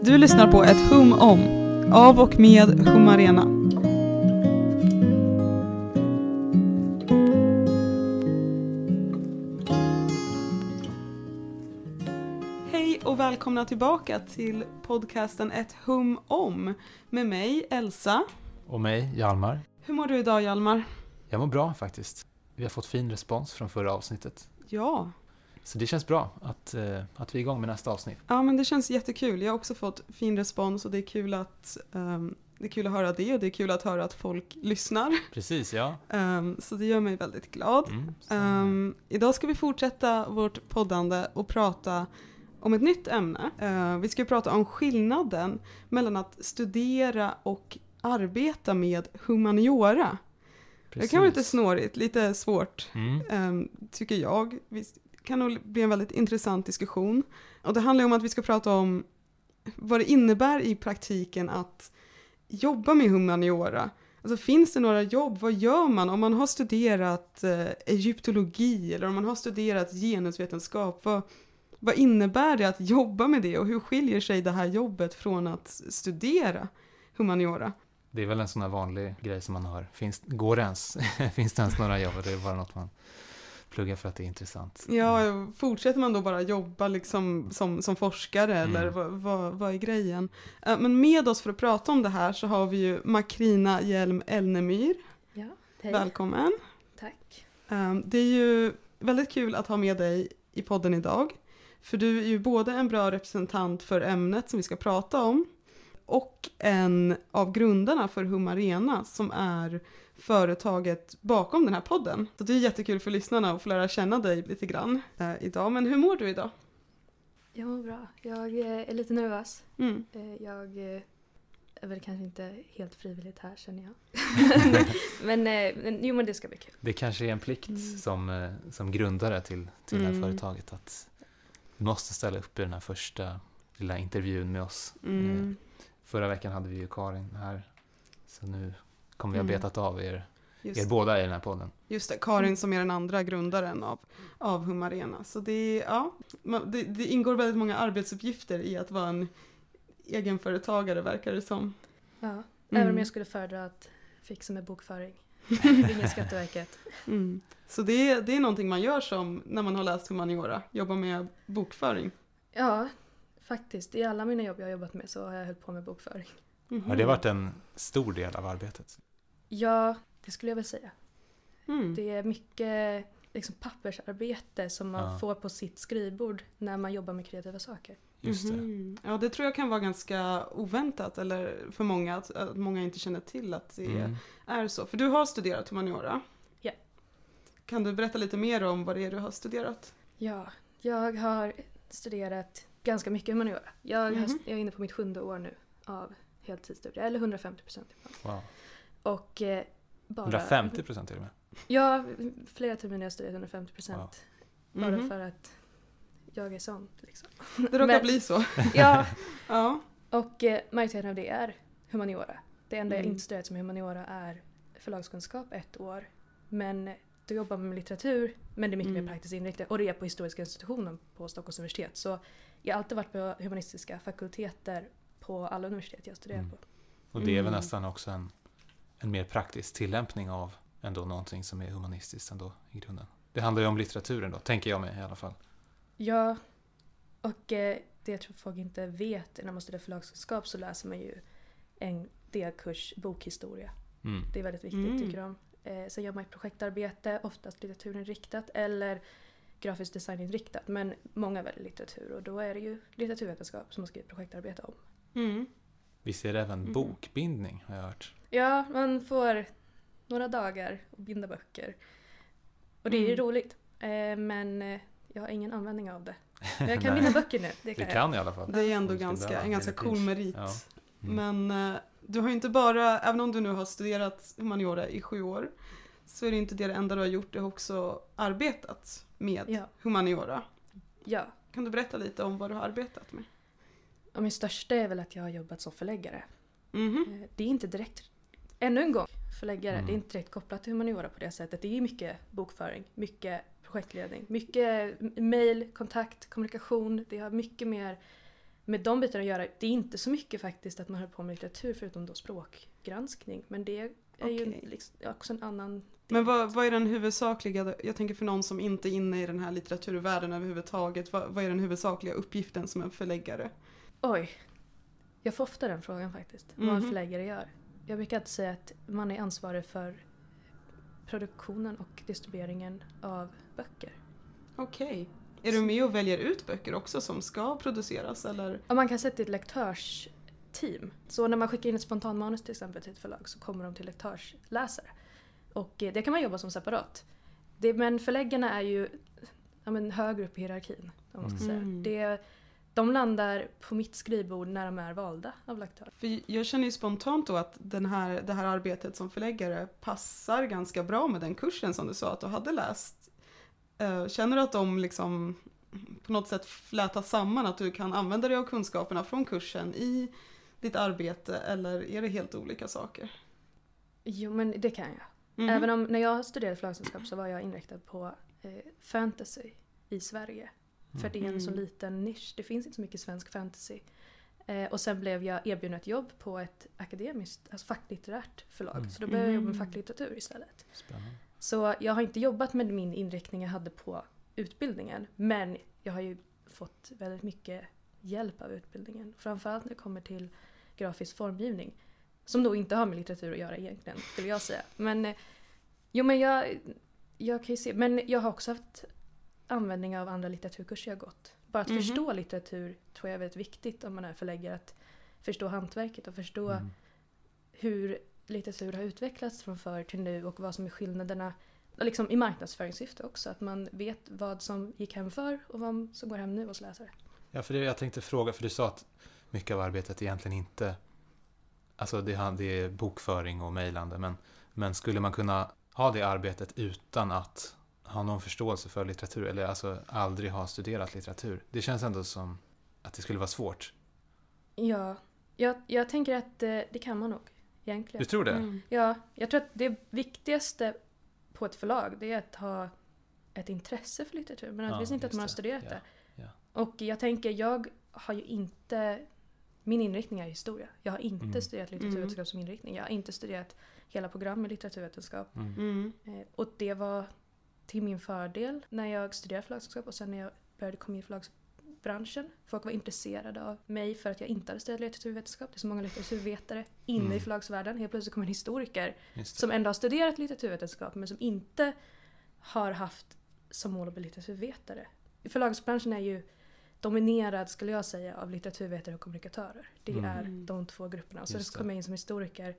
Du lyssnar på ett hum om, av och med Humarena. Hej och välkomna tillbaka till podcasten Ett hum om, med mig Elsa. Och mig, Hjalmar. Hur mår du idag, Hjalmar? Jag mår bra faktiskt. Vi har fått fin respons från förra avsnittet. Ja. Så det känns bra att vi är igång med nästa avsnitt. Ja, men det känns jättekul. Jag har också fått fin respons och det är kul att höra det, och det är kul att höra att folk lyssnar. Precis, ja. Så det gör mig väldigt glad. Idag ska vi fortsätta vårt poddande och prata om ett nytt ämne. Vi ska prata om skillnaden mellan att studera och arbeta med humaniora. Precis. Det kan vara lite snårigt, lite svårt, tycker jag. Det kan nog bli en väldigt intressant diskussion. Och det handlar om att vi ska prata om vad det innebär i praktiken att jobba med humaniora. Alltså finns det några jobb? Vad gör man om man har studerat egyptologi eller om man har studerat genusvetenskap? Vad innebär det att jobba med det och hur skiljer sig det här jobbet från att studera humaniora? Det är väl en sån här vanlig grej som man hör. Finns det ens några jobb? Det är bara något man pluggar för att det är intressant. Ja, fortsätter man då bara jobba liksom som forskare eller vad är grejen? Men med oss för att prata om det här så har vi ju Makrina Hjelm Elnemyr. Ja, hej. Välkommen. Tack. Det är ju väldigt kul att ha med dig i podden idag. För du är ju både en bra representant för ämnet som vi ska prata om och en av grundarna för Humarena som är företaget bakom den här podden. Så det är jättekul för lyssnarna att få lära känna dig lite grann idag. Men hur mår du idag? Jag mår bra. Jag är lite nervös. Mm. Jag är väl kanske inte helt frivilligt här, känner jag. men det ska bli kul. Det kanske är en plikt som grundare till det här företaget att du måste ställa upp i den här första lilla intervjun med oss. Förra veckan hade vi ju Karin här. Så nu kommer vi ha betat av er båda i den här podden. Just det, Karin som är den andra grundaren av Humarena. Så det ingår väldigt många arbetsuppgifter i att vara en egenföretagare, verkar det som. Ja, även om jag skulle föredra att fixa med bokföring. Ringa Skatteverket. Så det är någonting man gör som när man har läst humaniora, jobba med bokföring. Ja, faktiskt. I alla mina jobb jag har jobbat med så har jag hållit på med bokföring. Har det varit en stor del av arbetet? Ja, det skulle jag väl säga. Det är mycket liksom pappersarbete som man får på sitt skrivbord när man jobbar med kreativa saker. Just det. Ja, det tror jag kan vara ganska oväntat eller för många att många inte känner till att det är så. För du har studerat humaniora. Ja. Kan du berätta lite mer om vad det är du har studerat? Ja, jag har studerat ganska mycket humaniora. Jag är inne på mitt 7:e år nu av heltidsstudier, eller 150%. Wow. Och bara 150% till och med? Ja, flera terminer har jag studerat 150%. Wow. Bara för att jag är sån. Liksom. Det råkar bli så. Ja. Ja. Och majoriteten av det är humaniora. Det enda jag inte studerat som humaniora är förlagskunskap 1 år. Men då jobbar man med litteratur, men det är mycket mer praktiskt inriktat. Och det är på historiska institutionen på Stockholms universitet. Så jag har alltid varit på humanistiska fakulteter på alla universitet jag studerat på. Och det är väl nästan också en mer praktisk tillämpning av ändå någonting som är humanistiskt ändå i grunden. Det handlar ju om litteraturen då, tänker jag mig i alla fall. Ja, och det jag tror folk inte vet, när man studerar förlagskunskap så läser man ju en delkurs bokhistoria. Det är väldigt viktigt tycker de. Sen gör man ett projektarbete, oftast litteraturinriktat eller grafisk designinriktat, men många väljer litteratur och då är det ju litteraturvetenskap som man ska göra ett projektarbete om. Vi ser även bokbindning, har jag hört. Ja, man får några dagar att binda böcker. Och det är ju roligt. Men jag har ingen användning av det. Men jag kan binda böcker nu. Det kan i alla fall. Det är ändå en ganska cool merit. Ja. Men du har ju inte bara, även om du nu har studerat humaniora i 7 år, så är det inte det enda du har gjort. Du har också arbetat med humaniora. Ja. Kan du berätta lite om vad du har arbetat med? Och min största är väl att jag har jobbat som förläggare. Det är inte direkt, ännu en gång, förläggare. Det är inte direkt kopplat till humaniora på det sättet. Det är mycket bokföring, mycket projektledning, mycket mejl, kontakt, kommunikation. Det har mycket mer med de bitarna att göra, det är inte så mycket faktiskt att man håller på med litteratur förutom då språkgranskning. Men det är ju liksom också en annan... Men vad är den huvudsakliga, jag tänker för någon som inte är inne i den här litteraturvärlden överhuvudtaget, vad är den huvudsakliga uppgiften som en förläggare? Oj, jag får ofta den frågan faktiskt, vad en förläggare gör. Jag brukar alltid säga att man är ansvarig för produktionen och distribueringen av böcker. Okej. Är du med och väljer ut böcker också som ska produceras? Eller? Ja, man kan sätta ett lektörsteam. Så när man skickar in ett spontanmanus till exempel till ett förlag så kommer de till lektörsläsare. Och det kan man jobba som separat. Men förläggarna är ju högre upp i hierarkin. Om man ska säga. De landar på mitt skrivbord när de är valda av lektörer. För jag känner ju spontant då att det här arbetet som förläggare passar ganska bra med den kursen som du sa att du hade läst. Känner du att de liksom på något sätt flätas samman, att du kan använda dig av kunskaperna från kursen i ditt arbete, eller är det helt olika saker? Jo, men det kan jag. Även om när jag studerade förlagskunskap så var jag inriktad på fantasy i Sverige. För det är en så liten nisch. Det finns inte så mycket svensk fantasy. Och sen blev jag erbjuden ett jobb på ett akademiskt, alltså facklitterärt förlag. Så då började jag jobba med facklitteratur istället. Spännande. Så jag har inte jobbat med min inriktning jag hade på utbildningen. Men jag har ju fått väldigt mycket hjälp av utbildningen. Framförallt när det kommer till grafisk formgivning. Som då inte har med litteratur att göra egentligen, skulle jag säga. Men jag kan ju se. Men jag har också haft användning av andra litteraturkurser jag gått. Bara att förstå litteratur tror jag är väldigt viktigt om man är förläggare. Att förstå hantverket och förstå hur litteratur har utvecklats från förr till nu och vad som är skillnaderna. Och liksom i marknadsföringssyfte också. Att man vet vad som gick hem förr och vad som går hem nu hos läsare. Ja, för jag tänkte fråga, för du sa att mycket av arbetet egentligen inte... Alltså det är bokföring och mejlande, men skulle man kunna ha det arbetet utan att ha någon förståelse för litteratur eller alltså aldrig ha studerat litteratur? Det känns ändå som att det skulle vara svårt. Ja, jag tänker att det kan man nog egentligen. Du tror det? Ja, jag tror att det viktigaste på ett förlag det är att ha ett intresse för litteratur, men naturligtvis inte att man har studerat det. Ja. Och jag tänker, jag har ju inte... Min inriktning är historia. Jag har inte studerat litteraturvetenskap som inriktning. Jag har inte studerat hela program med litteraturvetenskap. Och det var till min fördel när jag studerade förlagskunskap och sen när jag började komma in i förlagsbranschen. Folk var intresserade av mig för att jag inte hade studerat litteraturvetenskap. Det är så många litteraturvetare inne i förlagsvärlden. Helt plötsligt kom en historiker som ändå har studerat litteraturvetenskap men som inte har haft som mål att bli litteraturvetare. Förlagsbranschen är ju dominerad, skulle jag säga, av litteraturvetare och kommunikatörer. Det är de två grupperna. Och sen kom jag in som historiker.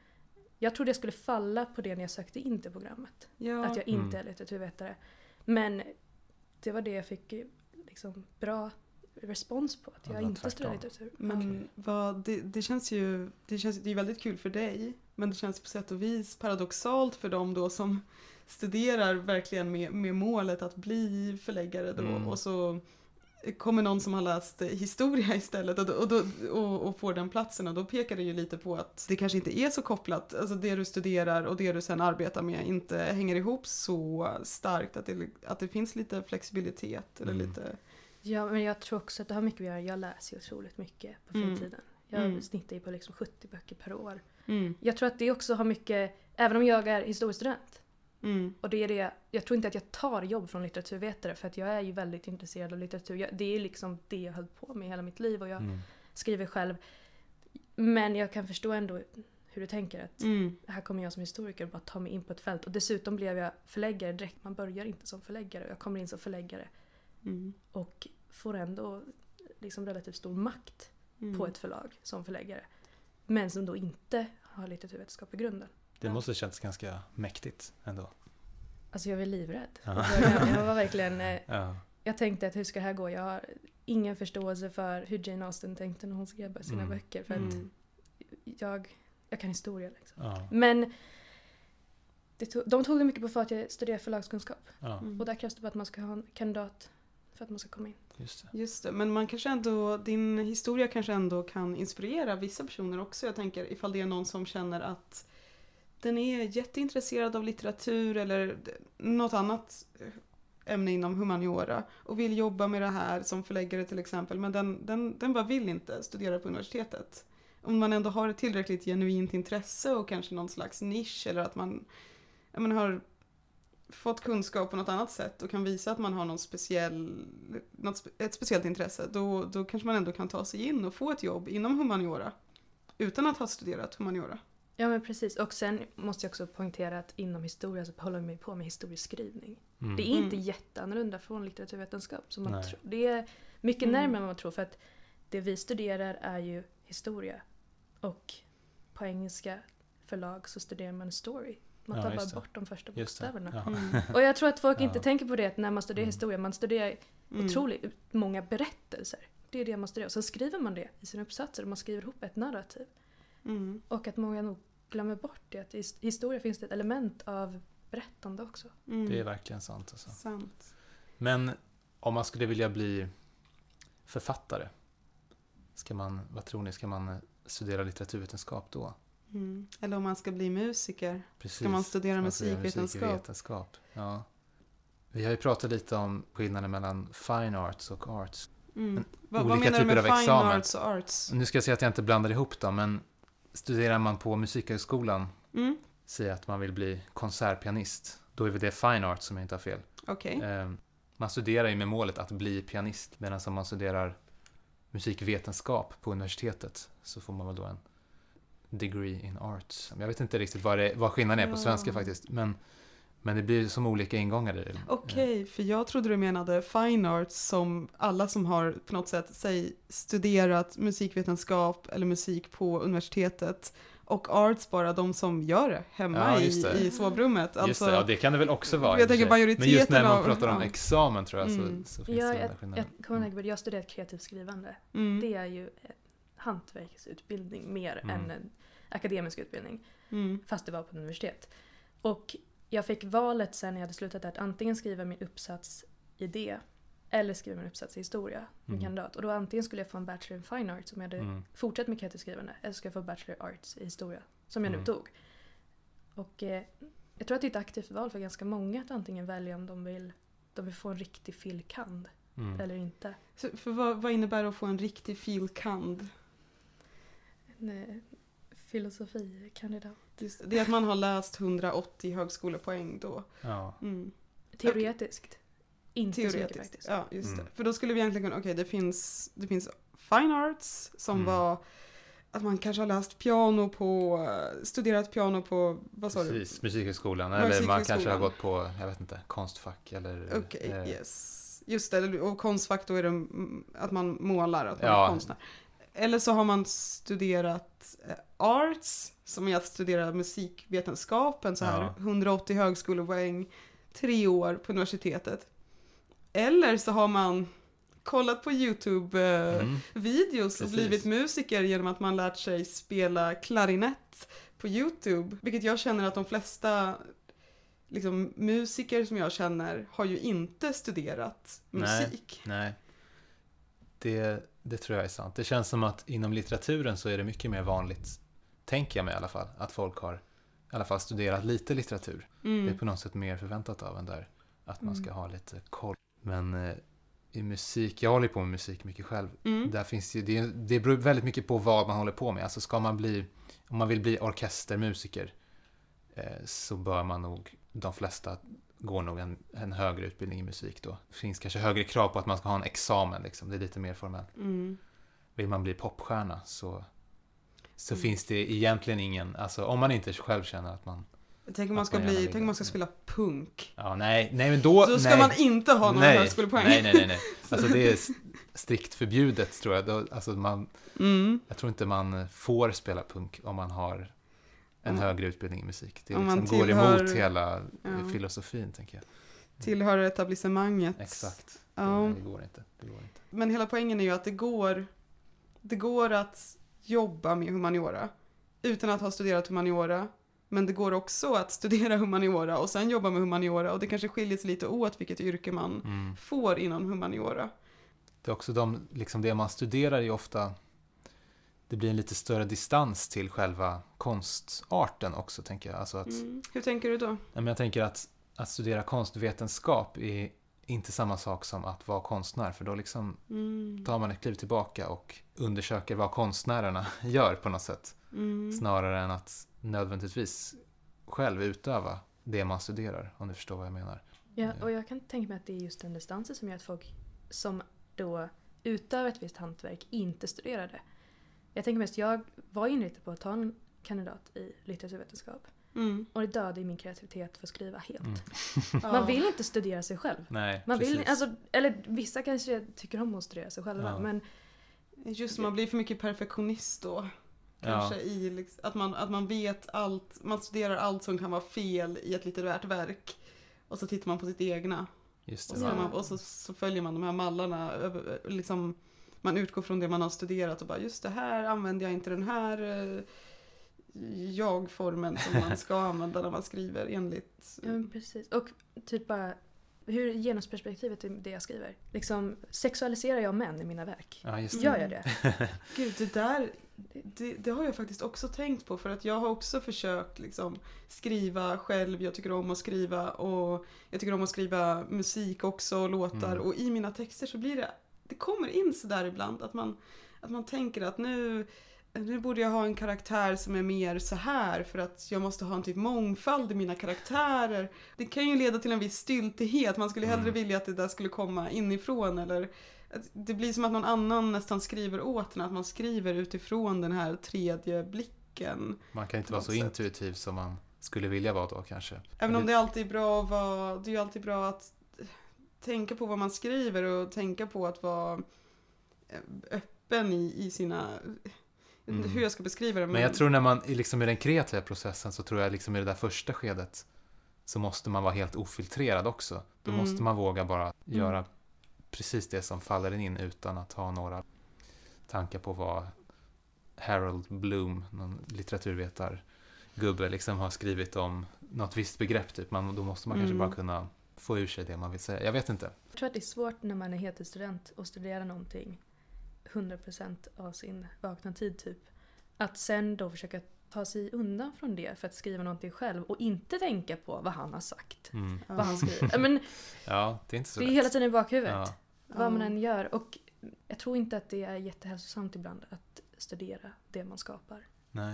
Jag trodde jag skulle falla på det när jag sökte in till programmet. Ja. Att jag inte är litteraturvetare. Men det var det jag fick liksom bra respons på. Att jag inte studerar litteratur. Men det känns ju väldigt kul för dig. Men det känns på sätt och vis paradoxalt för dem då som studerar verkligen med målet att bli förläggare då. Och så kommer någon som har läst historia istället och får den platsen, och då pekar det ju lite på att det kanske inte är så kopplat, alltså det du studerar och det du sen arbetar med inte hänger ihop så starkt, att det finns lite flexibilitet eller lite... Ja, men jag tror också att det har mycket att göra. Jag läser ju otroligt mycket på fritiden. Jag snittar ju på liksom 70 böcker per år. Jag tror att det också har mycket, även om jag är historiestudent. Och det är det, jag tror inte att jag tar jobb från litteraturvetare för att jag är ju väldigt intresserad av litteratur. Det är liksom det jag höll på med hela mitt liv och jag skriver själv. Men jag kan förstå ändå hur du tänker att här kommer jag som historiker och bara ta mig in på ett fält. Och dessutom blev jag förläggare direkt. Man börjar inte som förläggare och jag kommer in som förläggare. Och får ändå liksom relativt stor makt på ett förlag som förläggare. Men som då inte har litteraturvetenskap i grunden. Det måste kännas ganska mäktigt ändå. Alltså jag var livrädd. Jag var verkligen... Jag tänkte att hur ska det här gå? Jag har ingen förståelse för hur Jane Austen tänkte när hon skrev sina böcker. För att jag kan historia. Liksom. Men de tog det mycket på för att jag studerade förlagskunskap. Och där krävs det bara att man ska ha en kandidat för att man ska komma in. Just det. Men man kanske ändå, din historia kanske ändå kan inspirera vissa personer också. Jag tänker ifall det är någon som känner att den är jätteintresserad av litteratur eller något annat ämne inom humaniora och vill jobba med det här som förläggare till exempel, men den bara vill inte studera på universitetet. Om man ändå har ett tillräckligt genuint intresse och kanske någon slags nisch, eller att man har fått kunskap på något annat sätt och kan visa att man har ett speciellt intresse, då kanske man ändå kan ta sig in och få ett jobb inom humaniora utan att ha studerat humaniora. Ja, men precis. Och sen måste jag också poängtera att inom historia så håller jag mig på med historieskrivning. Det är inte jätteannorlunda från litteraturvetenskap. Så man det är mycket närmare än man tror, för att det vi studerar är ju historia. Och på engelska förlag så studerar man story. Man tar bara bort de första bokstäverna. Ja. Och jag tror att folk inte tänker på det när man studerar historia. Man studerar otroligt många berättelser. Det är det man studerar. Och så skriver man det i sina uppsatser och man skriver ihop ett narrativ. Och att många nog glömmer bort det. Att i historia finns det ett element av berättande också. Det är verkligen sant. Alltså. Sant. Men om man skulle vilja bli författare, vad tror ni, ska man studera litteraturvetenskap då? Eller om man ska bli musiker. Precis. Ska man studera musikvetenskap? Ja. Vi har ju pratat lite om skillnaden mellan fine arts och arts. Vad menar du med fine arts och arts? Nu ska jag säga att jag inte blandar ihop dem, men studerar man på musikhögskolan, säger att man vill bli konsertpianist, då är det fine arts som jag inte har fel. Okay. Man studerar ju med målet att bli pianist, medan om man studerar musikvetenskap på universitetet så får man väl då en degree in arts. Jag vet inte riktigt vad skillnaden är på svenska faktiskt, men det blir som olika ingångar i det. Okej, för jag trodde du menade fine arts som alla som har på något sätt studerat musikvetenskap eller musik på universitetet, och arts bara de som gör det hemma i sovrummet. Alltså, just det, det kan det väl också vara. Jag tänker majoriteten. Men just när man pratar om examen tror jag så finns det skillnader. Jag har studerat kreativt skrivande. Det är ju hantverksutbildning mer än en akademisk utbildning. Fast det var på universitet. Och jag fick valet sen när jag hade slutat att antingen skriva min uppsats i det eller skriva min uppsats i historia, min kandidat. Och då antingen skulle jag få en bachelor in fine arts som jag hade fortsatt med kreativt skrivande, eller skulle jag få bachelor arts i historia som jag nu tog. Och jag tror att det är ett aktivt val för ganska många att antingen välja om de vill få en riktig filkand eller inte. Så för vad innebär det att få en riktig filkand? En filosofikandidat. Det är att man har läst 180 högskolepoäng då. Ja. Teoretiskt. Inte teoretiskt. Så mycket faktiskt. Ja, just det. För då skulle vi egentligen kunna, det finns fine arts som var att man kanske har studerat piano på, vad sa du? Precis, musikhögskolan. Eller man kanske har gått på, jag vet inte, konstfack eller... Okej, yes. Just det, och konstfack då är det att man målar, att man är konstnär. Eller så har man studerat arts, som är att studera musikvetenskapen, så här 180 högskolepoäng, 3 år på universitetet. Eller så har man kollat på YouTube-videos och blivit musiker genom att man lärt sig spela klarinett på YouTube. Vilket jag känner att de flesta musiker som jag känner har ju inte studerat musik. Nej. Det tror jag är sant. Det känns som att inom litteraturen så är det mycket mer vanligt, tänker jag mig i alla fall, att folk har i alla fall studerat lite litteratur. Det är på något sätt mer förväntat av en där, att man ska ha lite koll. Men i musik, jag håller på med musik mycket själv. Där finns det beror väldigt mycket på vad man håller på med. Alltså om man vill bli orkestermusiker så bör man nog, de flesta går nog en högre utbildning i musik då. Det finns kanske högre krav på att man ska ha en examen liksom. Det är lite mer formellt. Vill man bli popstjärna så finns det egentligen ingen, alltså om man inte själv känner att man... Tänk om man ska spela punk. Ja, nej men då ska man inte ha några högskolepoäng. Nej. Alltså det är strikt förbjudet tror jag. Alltså jag tror inte man får spela punk om man har en högre utbildning i musik. Det går emot hela filosofin, tänker jag. Tillhör etablissemanget. Exakt. Ja. Det går inte. Men hela poängen är ju att det går att jobba med humaniora utan att ha studerat humaniora. Men det går också att studera humaniora och sen jobba med humaniora. Och det kanske skiljer sig lite åt vilket yrke man får inom humaniora. Det är också det man studerar är ofta... Det blir en lite större distans till själva konstarten också, tänker jag. Alltså att, Hur tänker du då? Jag tänker att studera konstvetenskap inte samma sak som att vara konstnär, för då liksom tar man ett kliv tillbaka och undersöker vad konstnärerna gör på något sätt. Snarare än att nödvändigtvis själv utöva det man studerar, om du förstår vad jag menar. Ja, och jag kan tänka mig att det är just den distansen som gör att folk som då utövar ett visst hantverk inte studerar det. Jag tänker mest, jag var inriktad på att ta en kandidat i litteraturvetenskap. Och det dödade i min kreativitet för att skriva helt. Man vill inte studera sig själv. Nej, man vill, alltså, eller vissa kanske tycker om att studera sig själva. Men just man blir för mycket perfektionist då. Kanske i liksom, att man vet allt. Man studerar allt som kan vara fel i ett litterärt verk. Och så tittar man på sitt egna. Just det. Och så följer man de här mallarna. Liksom, man utgår från det man har studerat och bara just det här använder jag inte den här jag-formen som man ska använda när man skriver enligt... Ja, precis. Och typ bara, hur genusperspektivet är det jag skriver? Liksom, sexualiserar jag män i mina verk? Ja, just det. Gör jag det? Gud, det där... Det har jag faktiskt också tänkt på, för att jag har också försökt liksom skriva själv. Jag tycker om att skriva, och jag tycker om att skriva musik också och låtar. Och i mina texter så blir det kommer in så där ibland att man tänker att nu borde jag ha en karaktär som är mer så här för att jag måste ha en typ mångfald i mina karaktärer. Det kan ju leda till en viss styltighet. Man skulle hellre vilja att det där skulle komma inifrån, eller det blir som att någon annan nästan skriver åt en, att man skriver utifrån den här tredje blicken. Man kan inte vara så intuitiv som man skulle vilja vara då kanske. Även om det alltid är bra att vara, det är ju alltid bra att tänka på vad man skriver och tänka på att vara öppen i sina... hur jag ska beskriva det. Men jag tror när man liksom i den kreativa processen, så tror jag liksom i det där första skedet så måste man vara helt ofiltrerad också. Då måste man våga bara göra precis det som faller in utan att ha några tankar på vad Harold Bloom, någon litteraturvetargubbe, liksom har skrivit om något visst begrepp typ. Då måste man kanske bara kunna få ur sig det man vill säga. Jag vet inte. Jag tror att det är svårt när man är heltidsstudent och studerar någonting 100% av sin vakna tid typ. Att sen då försöka ta sig undan från det för att skriva någonting själv och inte tänka på vad han har sagt. Vad han skriver. Men, ja, det är inte så det är lätt. hela tiden i bakhuvudet. Vad man än gör. Och jag tror inte att det är jättehälsosamt ibland att studera det man skapar.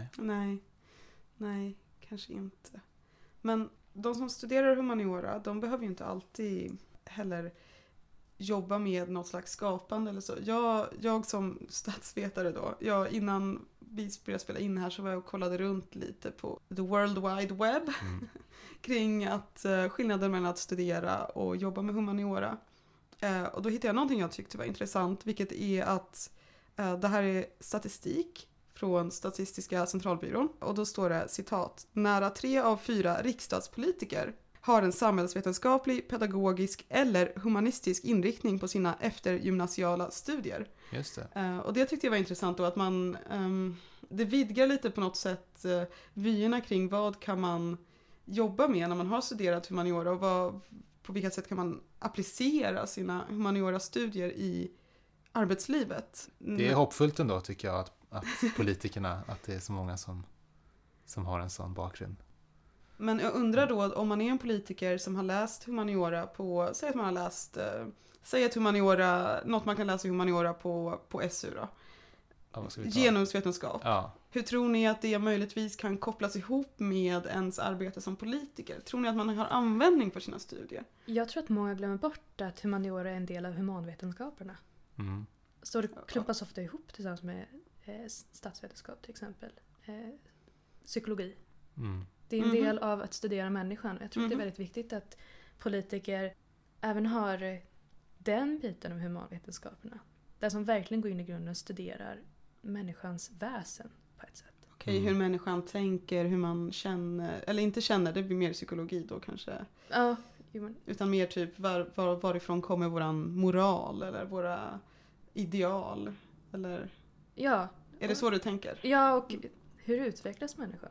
Nej, kanske inte. Men de som studerar humaniora, de behöver ju inte alltid heller jobba med något slags skapande eller så. Jag som statsvetare då, innan vi började spela in här så var jag och kollade runt lite på the world wide web kring att skillnaden mellan att studera och jobba med humaniora. Och då hittade jag någonting jag tyckte var intressant, vilket är att det här är statistik från Statistiska centralbyrån. Och då står det, citat, nära 3 av 4 riksdagspolitiker har en samhällsvetenskaplig, pedagogisk eller humanistisk inriktning på sina eftergymnasiala studier. Just det. Och det tyckte jag var intressant då, att man det vidgar lite på något sätt vyerna kring vad kan man jobba med när man har studerat humaniora, och på vilket sätt kan man applicera sina humaniora-studier i arbetslivet. Det är hoppfullt ändå tycker jag att politikerna, att det är så många som har en sån bakgrund. Men jag undrar då, om man är en politiker som har läst humaniora säg att man har läst, något man kan läsa humaniora på SU då. Ja, genusvetenskap. Ja. Hur tror ni att det möjligtvis kan kopplas ihop med ens arbete som politiker? Tror ni att man har användning för sina studier? Jag tror att många glömmer bort att humaniora är en del av humanvetenskaperna. Så det klumpas ofta ihop tillsammans med statsvetenskap till exempel. Psykologi. Det är en del av att studera människan. Jag tror att det är väldigt viktigt att politiker även har den biten av humanvetenskaperna. Där som verkligen går in i grunden och studerar människans väsen på ett sätt. Okej, hur människan tänker, hur man känner, eller inte känner, det blir mer psykologi då kanske. Ja. Utan mer typ varifrån kommer våran moral eller våra ideal, eller? Ja. Är det så du tänker? Ja, och hur utvecklas människan?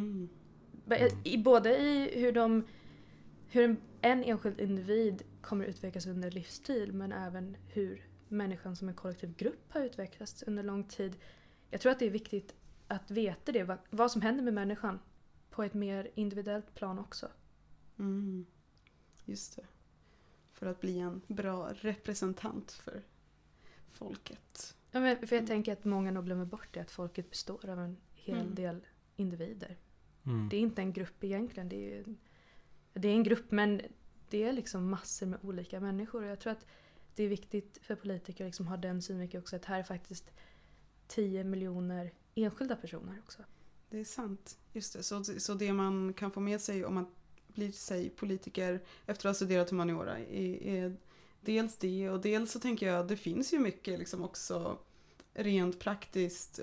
Både i hur en enskild individ kommer utvecklas under livstid, men även hur människan som en kollektiv grupp har utvecklats under lång tid. Jag tror att det är viktigt att veta det, vad som händer med människan på ett mer individuellt plan också. Just det. för att bli en bra representant för folket. Ja, men för jag tänker att många nog glömmer bort det, att folket består av en hel del individer. Det är inte en grupp egentligen, det är en grupp, men det är liksom massor med olika människor. Och jag tror att det är viktigt för politiker att liksom ha den synvinkeln också, att här är faktiskt 10 miljoner enskilda personer också. Det är sant, just det. Så det man kan få med sig om man blir sig politiker efter att ha studerat humaniora är dels det, och dels så tänker jag att det finns ju mycket liksom också rent praktiskt.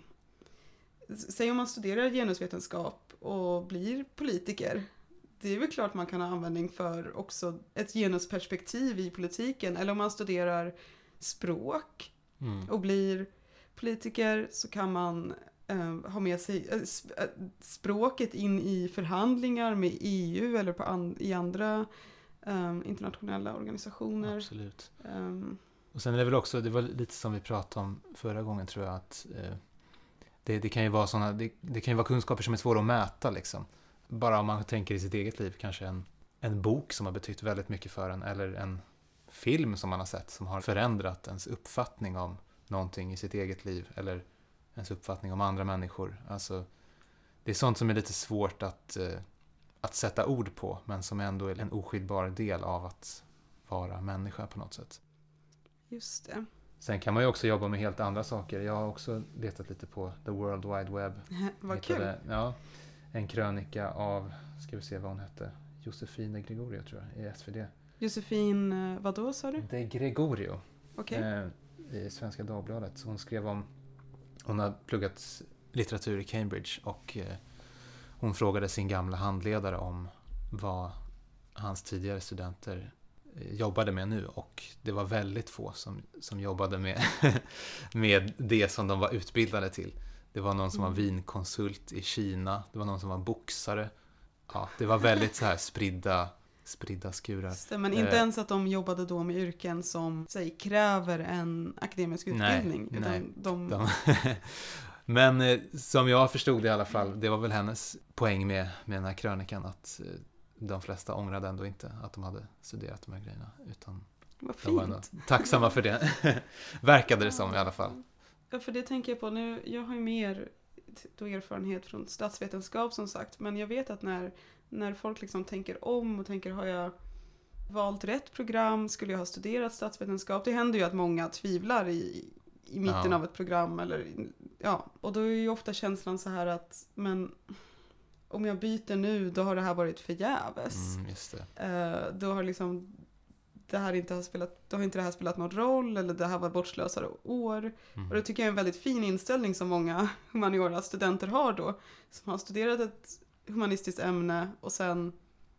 Säg om man studerar genusvetenskap och blir politiker, det är väl klart man kan ha användning för också ett genusperspektiv i politiken. Eller om man studerar språk och blir politiker, så kan man ha med sig språket in i förhandlingar med EU eller i andra internationella organisationer. Absolut. Och sen är det väl också, det var lite som vi pratade om förra gången, tror jag, att det kan ju vara såna, det kan ju vara kunskaper som är svåra att mäta liksom. Bara om man tänker i sitt eget liv, kanske en bok som har betytt väldigt mycket för en, eller en film som man har sett som har förändrat ens uppfattning om någonting i sitt eget liv, eller ens uppfattning om andra människor. Alltså, det är sånt som är lite svårt att sätta ord på, men som ändå är en oskiljbar del av att vara människa på något sätt. Just det. Sen kan man ju också jobba med helt andra saker. Jag har också letat lite på The World Wide Web. Vad kul. Ja, en krönika av, ska vi se vad hon hette, Josefin de Gregorio, tror jag, i SvD. Josefin, vad då sa du? De Gregorio. Okej. I Svenska Dagbladet. Så hon skrev om, hon har pluggat litteratur i Cambridge, och hon frågade sin gamla handledare om vad hans tidigare studenter jobbade med nu, och det var väldigt få som jobbade med det som de var utbildade till. Det var någon som var vinkonsult i Kina, det var någon som var boxare. Ja, det var väldigt så här spridda skurar. Men inte ens att de jobbade då med yrken som kräver en akademisk utbildning. Men som jag förstod det i alla fall, det var väl hennes poäng med den här krönikan, att de flesta ångrade ändå inte att de hade studerat de här grejerna, utan de var ändå tacksamma för det. Verkade det som i alla fall. Ja, för det tänker jag på nu. Jag har ju mer då erfarenhet från statsvetenskap som sagt, men jag vet att när folk liksom tänker om och tänker, har jag valt rätt program, skulle jag ha studerat statsvetenskap? Det händer ju att många tvivlar i mitten av ett program, eller och då är ju ofta känslan så här att, men om jag byter nu, då har det här varit förgäves. Just det. Då har liksom då har inte det här spelat någon roll, eller det här var bortslösade år. Och det tycker jag är en väldigt fin inställning som många humaniora studenter har då, som har studerat ett humanistiskt ämne och sen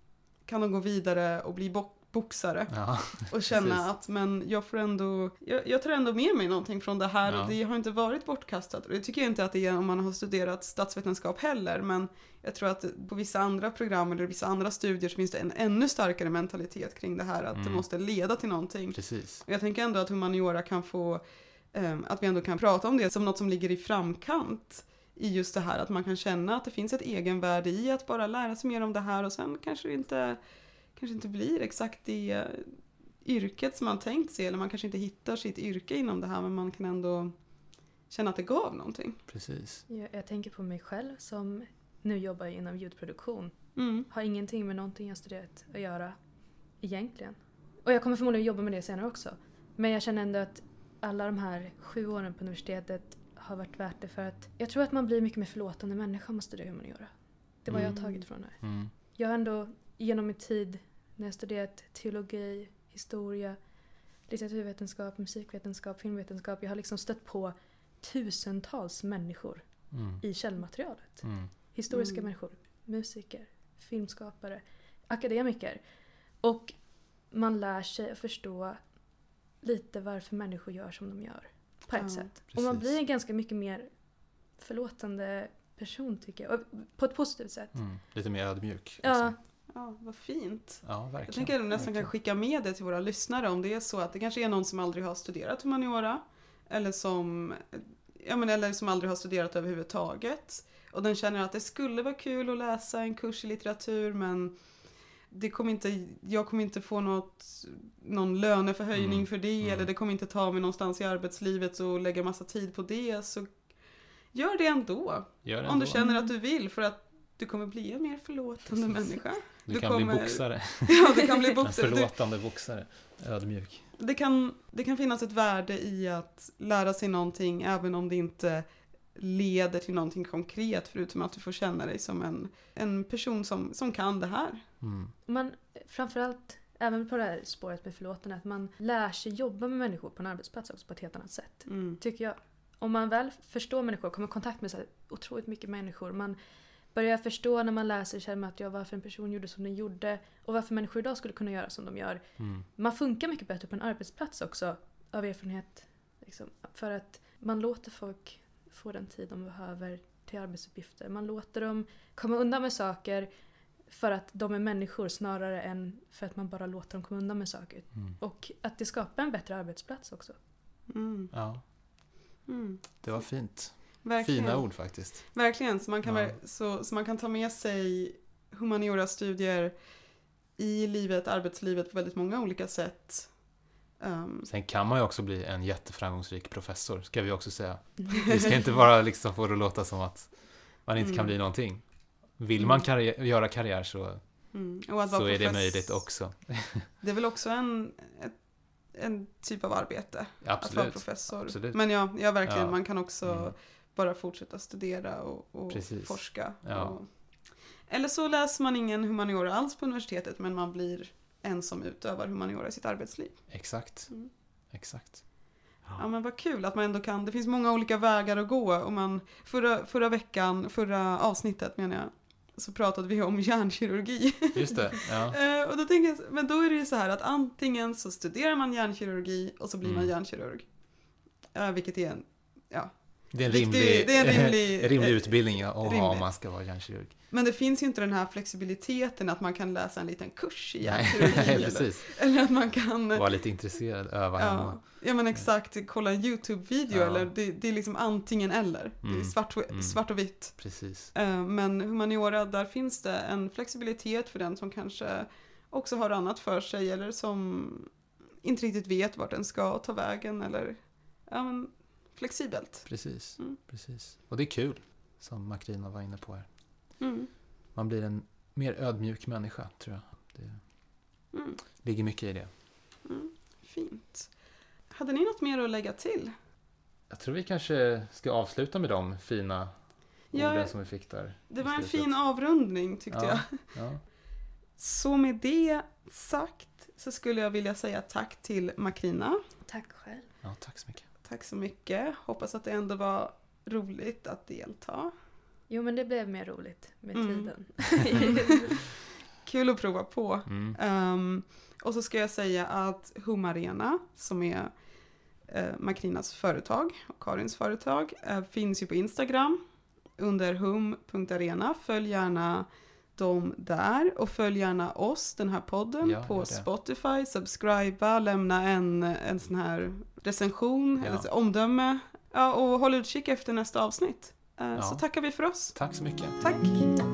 kan de gå vidare och bli boxare och känna att men jag får ändå jag tar ändå med mig någonting från det här, och det har inte varit bortkastat. Och det tycker jag inte att det är om man har studerat statsvetenskap heller, men jag tror att på vissa andra program eller vissa andra studier så finns det en ännu starkare mentalitet kring det här, att det måste leda till någonting. Precis. Och jag tänker ändå att humaniora kan få att vi ändå kan prata om det som något som ligger i framkant i just det här, att man kan känna att det finns ett egenvärde i att bara lära sig mer om det här, och sen kanske det inte blir exakt det yrket som man tänkt sig, eller man kanske inte hittar sitt yrke inom det här, men man kan ändå känna att det gav någonting. Precis. Jag tänker på mig själv som nu jobbar inom ljudproduktion. Har ingenting med någonting jag studerat att göra egentligen. Och jag kommer förmodligen jobba med det senare också. Men jag känner ändå att alla de här 7 åren på universitetet har varit värt det, för att jag tror att man blir mycket mer förlåtande människa måste det humaniora. Det var jag har tagit från det här. Jag har ändå genom min tid när jag studerat teologi, historia, litteraturvetenskap, musikvetenskap, filmvetenskap, jag har liksom stött på tusentals människor i källmaterialet. Historiska människor, musiker, filmskapare, akademiker. Och man lär sig att förstå lite varför människor gör som de gör. På ett sätt. Precis. Och man blir en ganska mycket mer förlåtande person, tycker jag. Och på ett positivt sätt. Lite mer ödmjuk. Liksom. Ja, vad fint. Ja, verkligen. Jag tänker att jag nästan kan skicka med det till våra lyssnare, om det är så att det kanske är någon som aldrig har studerat humaniora, eller som aldrig har studerat överhuvudtaget, och den känner att det skulle vara kul att läsa en kurs i litteratur, men jag kommer inte få någon löneförhöjning för det, eller det kommer inte ta mig någonstans i arbetslivet och lägga massa tid på det, så gör det ändå. Om du känner att du vill, för att du kommer bli en mer förlåtande människa. Du kan bli boxare. Ja, du kan bli boxare. En förlåtande boxare. Ödmjuk. Det kan finnas ett värde i att lära sig någonting, även om det inte leder till någonting konkret, förutom att du får känna dig som en person som kan det här. Man, framförallt, även på det här spåret med förlåtande, att man lär sig jobba med människor på en arbetsplats också på ett helt annat sätt. Tycker jag. Om man väl förstår människor, kommer i kontakt med så här otroligt mycket människor, man börjar förstå när man läser sig med att varför en person gjorde som den gjorde och varför människor idag skulle kunna göra som de gör. Man funkar mycket bättre på en arbetsplats också, av erfarenhet. Liksom, för att man låter folk få den tid de behöver till arbetsuppgifter. Man låter dem komma undan med saker för att de är människor, snarare än för att man bara låter dem komma undan med saker. Och att det skapar en bättre arbetsplats också. Ja. Det var fint. Verkligen. Fina ord faktiskt. Verkligen, så man kan ta med sig humaniora-studier i livet, arbetslivet på väldigt många olika sätt. Sen kan man ju också bli en jätteframgångsrik professor, ska vi också säga. Det ska inte bara liksom få det att låta som att man inte kan bli någonting. Vill man göra karriär så är det möjligt också. Det är väl också en typ av arbete. Absolut. Att vara professor. Absolut. Men ja, verkligen. Man kan också bara fortsätta studera och forska. Ja. Eller så läser man ingen humaniora alls på universitetet, men man blir en som utövar humaniora i sitt arbetsliv. Exakt. Exakt. Ja, men vad kul att man ändå kan. Det finns många olika vägar att gå. Och förra avsnittet menar jag, så pratade vi om hjärnkirurgi. Just det, ja. Och då tänker jag, men då är det ju så här att antingen så studerar man hjärnkirurgi och så blir man hjärnkirurg. Vilket är det är en rimlig utbildning om man ska vara hjärnkirurg. Men det finns ju inte den här flexibiliteten att man kan läsa en liten kurs i hjärnkirurgi. eller att man kan vara lite intresserad, öva hemma. Ja, men exakt, kolla en YouTube-video eller det är liksom antingen eller. Det är svart och vitt. Precis. Men humaniora, där finns det en flexibilitet för den som kanske också har annat för sig eller som inte riktigt vet vart den ska ta vägen eller flexibelt. Precis. Och det är kul, som Makrina var inne på här. Man blir en mer ödmjuk människa, tror jag. Det ligger mycket i det. Fint. Hade ni något mer att lägga till? Jag tror vi kanske ska avsluta med de fina orden som vi fick där. Det var en fin avrundning, tyckte jag. Ja. Så med det sagt så skulle jag vilja säga tack till Makrina. Tack själv. Ja, tack så mycket. Tack så mycket. Hoppas att det ändå var roligt att delta. Jo, men det blev mer roligt med tiden. Kul att prova på. Och så ska jag säga att Humarena, som är Makrinas företag och Karins företag, finns ju på Instagram under hum.arena. Följ gärna dem där och följ gärna oss, den här podden, på Spotify. Subscriba, lämna en sån här recension eller omdöme. Ja, och håll utkik efter nästa avsnitt. Så tackar vi för oss. Tack så mycket. Tack.